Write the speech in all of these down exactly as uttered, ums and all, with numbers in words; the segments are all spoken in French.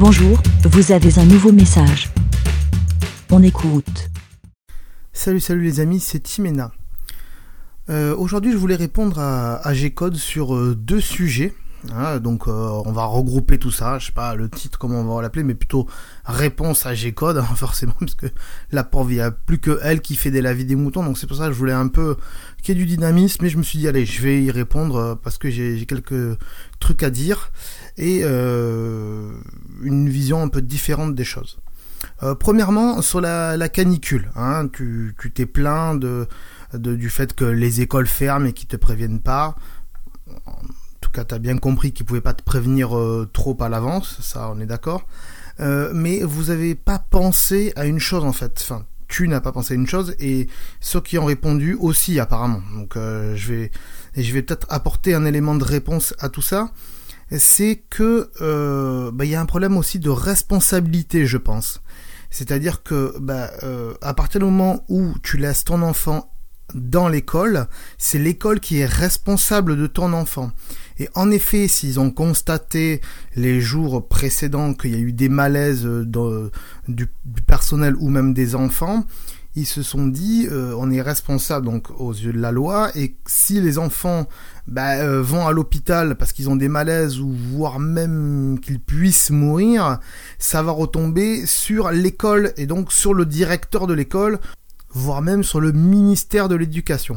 Bonjour, vous avez un nouveau message. On écoute. Salut, salut les amis, c'est Timena. Euh, aujourd'hui, je voulais répondre à, à G-Code sur euh, deux sujets. Hein, donc, euh, on va regrouper tout ça. Je sais pas le titre, comment on va l'appeler, mais plutôt réponse à G-Code, hein, forcément, parce que la pauvre, il n'y a plus que elle qui fait des la vie des moutons. Donc, c'est pour ça que je voulais un peu qu'il y ait du dynamisme. Mais je me suis dit, allez, je vais y répondre euh, parce que j'ai, j'ai quelques trucs à dire et euh, une vision un peu différente des choses. Euh, premièrement, sur la, la canicule, hein, tu, tu t'es plaint de, de, du fait que les écoles ferment et qu'ils te préviennent pas. En tout cas, tu as bien compris qu'ils pouvaient pas te prévenir euh, trop à l'avance, ça on est d'accord. Euh, mais vous avez pas pensé à une chose en fait. Enfin, tu n'as pas pensé à une chose et ceux qui ont répondu aussi apparemment. Donc euh, je vais, et je vais peut-être apporter un élément de réponse à tout ça. C'est que euh, bah, y a un problème aussi de responsabilité, je pense. C'est-à-dire que bah, euh, à partir du moment où tu laisses ton enfant dans l'école, c'est l'école qui est responsable de ton enfant. Et en effet, s'ils ont constaté les jours précédents qu'il y a eu des malaises de, du, du personnel ou même des enfants, ils se sont dit euh, on est responsable donc aux yeux de la loi, et si les enfants bah, euh, vont à l'hôpital parce qu'ils ont des malaises ou voire même qu'ils puissent mourir, ça va retomber sur l'école et donc sur le directeur de l'école, voire même sur le ministère de l'Éducation.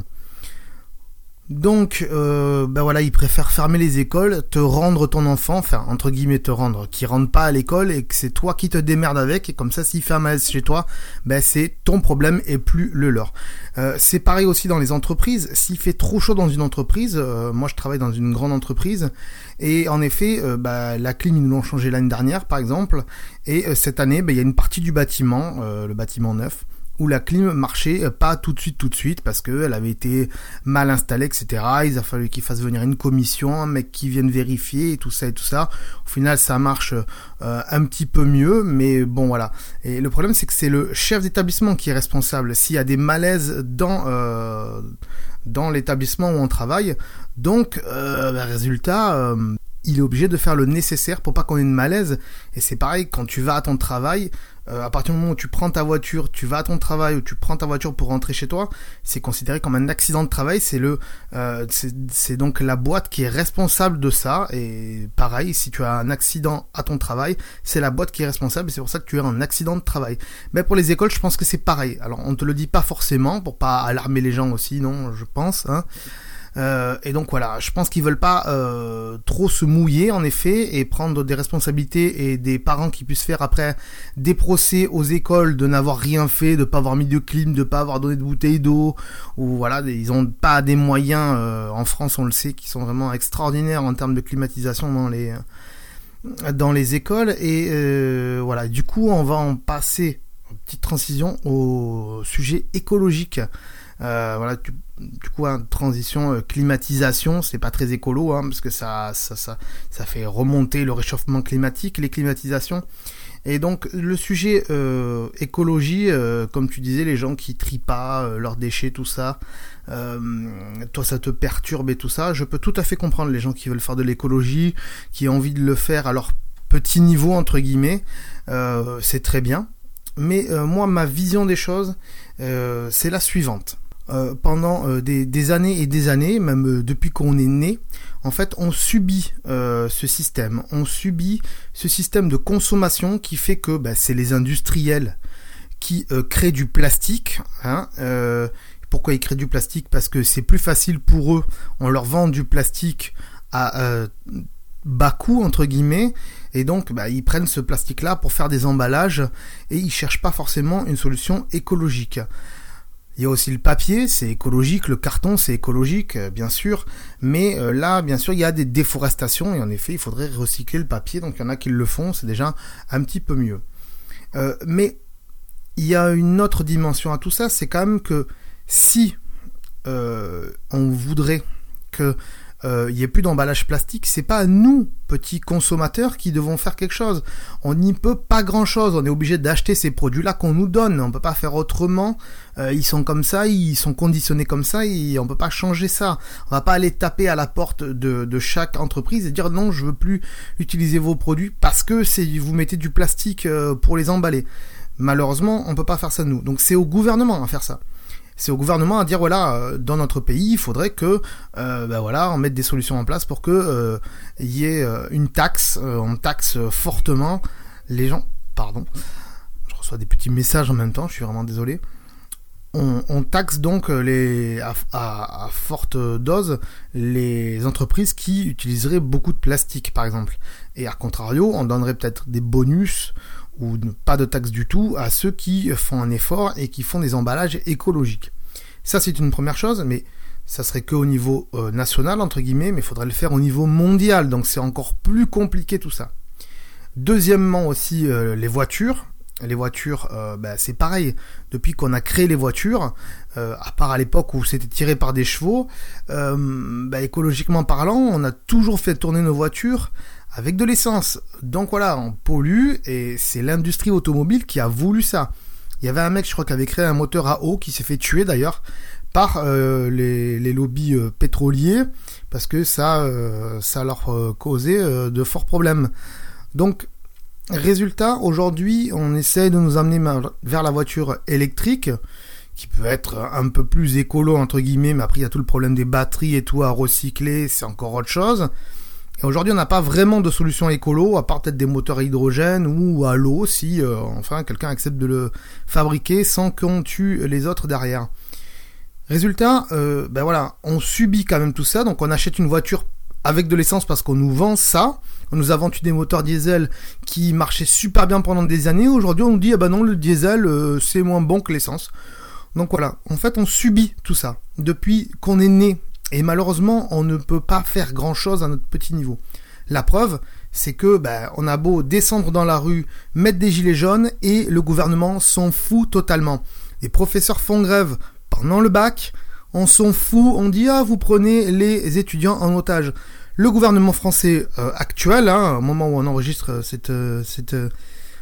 Donc, euh, ben voilà, ils préfèrent fermer les écoles, te rendre ton enfant, enfin, entre guillemets, te rendre, qui rentre pas à l'école et que c'est toi qui te démerdes avec, et comme ça, s'il fait un malaise chez toi, ben c'est ton problème et plus le leur. Euh, c'est pareil aussi dans les entreprises. S'il fait trop chaud dans une entreprise, euh, moi je travaille dans une grande entreprise, et en effet, euh, ben, la clim, ils nous l'ont changé l'année dernière, par exemple, et euh, cette année, ben, il y a une partie du bâtiment, euh, le bâtiment neuf, où la clim marchait pas tout de suite, tout de suite, parce qu'elle avait été mal installée, et cetera. Il a fallu qu'il fasse venir une commission, un mec qui vienne vérifier, et tout ça, et tout ça. Au final, ça marche euh, un petit peu mieux, mais bon, voilà. Et le problème, c'est que c'est le chef d'établissement qui est responsable. S'il y a des malaises dans... Euh, dans l'établissement où on travaille, donc, euh, bah, résultat... Euh, il est obligé de faire le nécessaire pour pas qu'on ait une malaise. Et c'est pareil, quand tu vas à ton travail, euh, à partir du moment où tu prends ta voiture, tu vas à ton travail, ou tu prends ta voiture pour rentrer chez toi, c'est considéré comme un accident de travail. C'est le, euh, c'est, c'est donc la boîte qui est responsable de ça. Et pareil, si tu as un accident à ton travail, c'est la boîte qui est responsable. Et c'est pour ça que tu as un accident de travail. Mais pour les écoles, je pense que c'est pareil. Alors, on te le dit pas forcément pour pas alarmer les gens aussi, non, je pense, hein. Euh, et donc voilà, je pense qu'ils veulent pas euh, trop se mouiller en effet et prendre des responsabilités, et des parents qui puissent faire après des procès aux écoles de n'avoir rien fait, de pas avoir mis de clim, de pas avoir donné de bouteilles d'eau, ou voilà, ils ont pas des moyens euh, en France, on le sait, qui sont vraiment extraordinaires en termes de climatisation dans les dans les écoles. Et euh, voilà, du coup on va en passer, petite transition au sujet écologique. Euh, voilà, tu, du coup, hein, transition euh, climatisation, c'est pas très écolo, hein, parce que ça, ça, ça, ça fait remonter le réchauffement climatique, les climatisations. Et donc, le sujet euh, écologie, euh, comme tu disais, les gens qui trient pas euh, leurs déchets, tout ça, euh, toi, ça te perturbe et tout ça. Je peux tout à fait comprendre les gens qui veulent faire de l'écologie, qui ont envie de le faire à leur petit niveau, entre guillemets, euh, c'est très bien. Mais euh, moi, ma vision des choses, euh, c'est la suivante. Euh, pendant euh, des, des années et des années, même euh, depuis qu'on est né, en fait, on subit euh, ce système. On subit ce système de consommation qui fait que bah, c'est les industriels qui euh, créent du plastique. Hein, euh, pourquoi ils créent du plastique ? Parce que c'est plus facile pour eux. On leur vend du plastique à euh, bas coût, entre guillemets. Et donc, bah, ils prennent ce plastique-là pour faire des emballages et ils cherchent pas forcément une solution écologique. Il y a aussi le papier, c'est écologique, le carton, c'est écologique, euh, bien sûr, mais euh, là, bien sûr, il y a des déforestations, et en effet, il faudrait recycler le papier, donc il y en a qui le font, c'est déjà un petit peu mieux. Euh, mais il y a une autre dimension à tout ça, c'est quand même que si euh, on voudrait que euh, il n'y ait plus d'emballage plastique, c'est pas nous, petits consommateurs, qui devons faire quelque chose. On n'y peut pas grand-chose. On est obligé d'acheter ces produits-là qu'on nous donne. On peut pas faire autrement. Euh, ils sont comme ça, ils sont conditionnés comme ça, et on peut pas changer ça. On va pas aller taper à la porte de, de chaque entreprise et dire non, je veux plus utiliser vos produits parce que c'est vous mettez du plastique euh, pour les emballer. Malheureusement, on peut pas faire ça nous. Donc c'est au gouvernement à faire ça. C'est au gouvernement à dire voilà, euh, dans notre pays, il faudrait que euh, ben voilà, on mette des solutions en place pour que euh, y ait euh, une taxe, euh, on taxe fortement les gens. Pardon, je reçois des petits messages en même temps, je suis vraiment désolé. On, on taxe donc les à, à, à forte dose les entreprises qui utiliseraient beaucoup de plastique, par exemple. Et à contrario, on donnerait peut-être des bonus ou pas de taxe du tout à ceux qui font un effort et qui font des emballages écologiques. Ça, c'est une première chose, mais ça serait que au niveau euh, national, entre guillemets, mais il faudrait le faire au niveau mondial, donc c'est encore plus compliqué tout ça. Deuxièmement aussi, euh, les voitures. Les voitures, euh, bah, c'est pareil. Depuis qu'on a créé les voitures, euh, à part à l'époque où c'était tiré par des chevaux, euh, bah, écologiquement parlant, on a toujours fait tourner nos voitures avec de l'essence. Donc voilà, on pollue et c'est l'industrie automobile qui a voulu ça. Il y avait un mec, je crois, qui avait créé un moteur à eau qui s'est fait tuer d'ailleurs par euh, les, les lobbies euh, pétroliers parce que ça, euh, ça leur euh, causait euh, de forts problèmes. Donc, résultat, aujourd'hui, on essaye de nous amener vers la voiture électrique qui peut être un peu plus écolo, entre guillemets, mais après il y a tout le problème des batteries et tout à recycler, c'est encore autre chose. Et aujourd'hui, on n'a pas vraiment de solution écolo, à part peut-être des moteurs à hydrogène ou à l'eau, si euh, enfin quelqu'un accepte de le fabriquer sans qu'on tue les autres derrière. Résultat, euh, ben voilà, on subit quand même tout ça, donc on achète une voiture avec de l'essence parce qu'on nous vend ça. On nous a vendu des moteurs diesel qui marchaient super bien pendant des années. Aujourd'hui, on nous dit, ah ben non, le diesel, euh, c'est moins bon que l'essence. Donc voilà, en fait, on subit tout ça depuis qu'on est né. Et malheureusement, on ne peut pas faire grand-chose à notre petit niveau. La preuve, c'est que ben, on a beau descendre dans la rue, mettre des gilets jaunes, et le gouvernement s'en fout totalement. Les professeurs font grève pendant le bac, on s'en fout, on dit « Ah, vous prenez les étudiants en otage ». Le gouvernement français euh, actuel, hein, au moment où on enregistre cette, euh, cette, euh,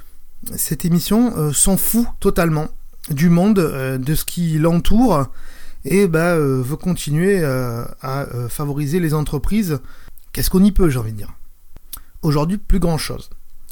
cette émission, euh, s'en fout totalement du monde, euh, de ce qui l'entoure, et bah, euh, veut continuer euh, à euh, favoriser les entreprises. Qu'est-ce qu'on y peut, j'ai envie de dire. Aujourd'hui, plus grand-chose.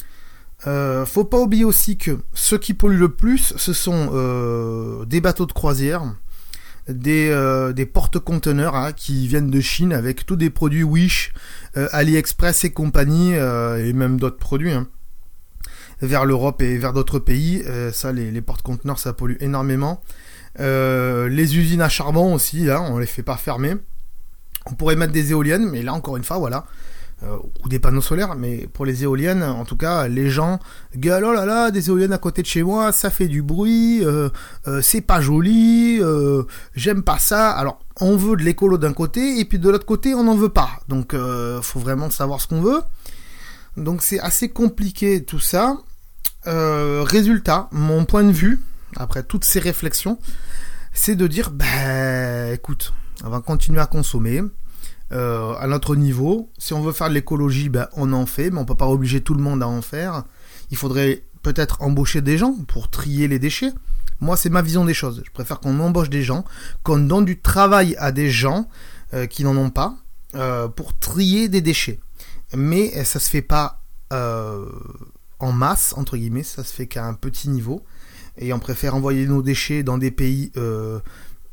Euh, faut pas oublier aussi que ceux qui polluent le plus, ce sont euh, des bateaux de croisière, des, euh, des porte-conteneurs hein, qui viennent de Chine avec tous des produits Wish, euh, AliExpress et compagnie, euh, et même d'autres produits, hein, vers l'Europe et vers d'autres pays. Euh, ça, les, les porte-conteneurs, ça pollue énormément. Euh, les usines à charbon aussi, hein, on les fait pas fermer. On pourrait mettre des éoliennes, mais là, encore une fois, voilà. Euh, ou des panneaux solaires, mais pour les éoliennes, en tout cas, les gens gueulent, oh là là, des éoliennes à côté de chez moi, ça fait du bruit, euh, euh, c'est pas joli, euh, j'aime pas ça. Alors, on veut de l'écolo d'un côté, et puis de l'autre côté, on n'en veut pas. Donc, euh, faut vraiment savoir ce qu'on veut. Donc, c'est assez compliqué tout ça. Euh, résultat, mon point de vue, après toutes ces réflexions, c'est de dire, bah, écoute, on va continuer à consommer. Euh, à notre niveau, si on veut faire de l'écologie, ben, on en fait, mais on peut pas obliger tout le monde à en faire. Il faudrait peut-être embaucher des gens pour trier les déchets. Moi, c'est ma vision des choses. Je préfère qu'on embauche des gens, qu'on donne du travail à des gens euh, qui n'en ont pas, euh, pour trier des déchets. Mais ça se fait pas euh, en masse, entre guillemets, ça se fait qu'à un petit niveau. Et on préfère envoyer nos déchets dans des pays euh,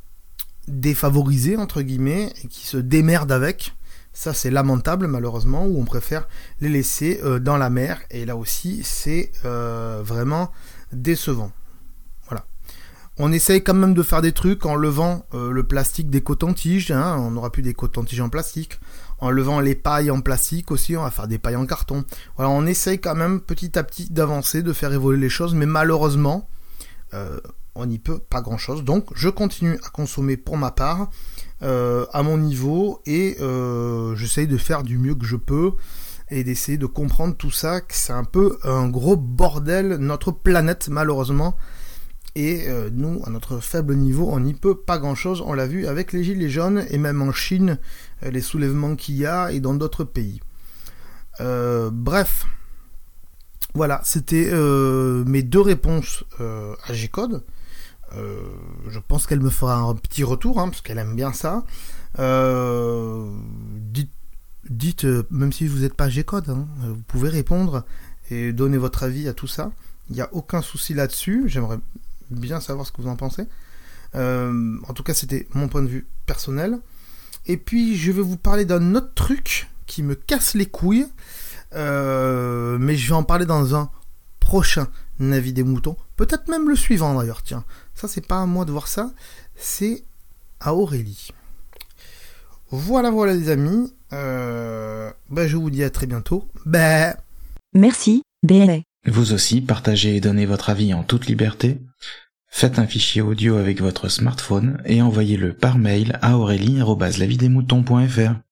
défavorisés, entre guillemets, et qui se démerdent avec. Ça, c'est lamentable, malheureusement, où on préfère les laisser euh, dans la mer. Et là aussi, c'est euh, vraiment décevant. Voilà. On essaye quand même de faire des trucs en levant euh, le plastique des cotons-tiges. Hein, on n'aura plus des cotons-tiges en plastique. En levant les pailles en plastique aussi, on va faire des pailles en carton. Voilà, on essaye quand même petit à petit d'avancer, de faire évoluer les choses, mais malheureusement, euh, on n'y peut pas grand-chose. Donc, je continue à consommer pour ma part, euh, à mon niveau, et euh, j'essaye de faire du mieux que je peux, et d'essayer de comprendre tout ça, que c'est un peu un gros bordel, notre planète, malheureusement. Et euh, nous, à notre faible niveau, on n'y peut pas grand-chose. On l'a vu avec les gilets jaunes, et même en Chine, euh, les soulèvements qu'il y a et dans d'autres pays. Euh, bref, voilà, c'était euh, mes deux réponses euh, à G-Code. Euh, je pense qu'elle me fera un petit retour, hein, parce qu'elle aime bien ça. Euh, dites, dites euh, même si vous n'êtes pas G-Code, hein, vous pouvez répondre et donner votre avis à tout ça. Il n'y a aucun souci là-dessus. J'aimerais bien savoir ce que vous en pensez. Euh, en tout cas, c'était mon point de vue personnel. Et puis, je vais vous parler d'un autre truc qui me casse les couilles. Euh, mais je vais en parler dans un prochain avis des moutons. Peut-être même le suivant d'ailleurs, tiens. Ça, c'est pas à moi de voir ça. C'est à Aurélie. Voilà, voilà les amis. Euh, bah, je vous dis à très bientôt. Bah... Merci, B L A. Vous aussi, partagez et donnez votre avis en toute liberté. Faites un fichier audio avec votre smartphone et envoyez-le par mail à aurélie arobase lavidesmoutons point fr.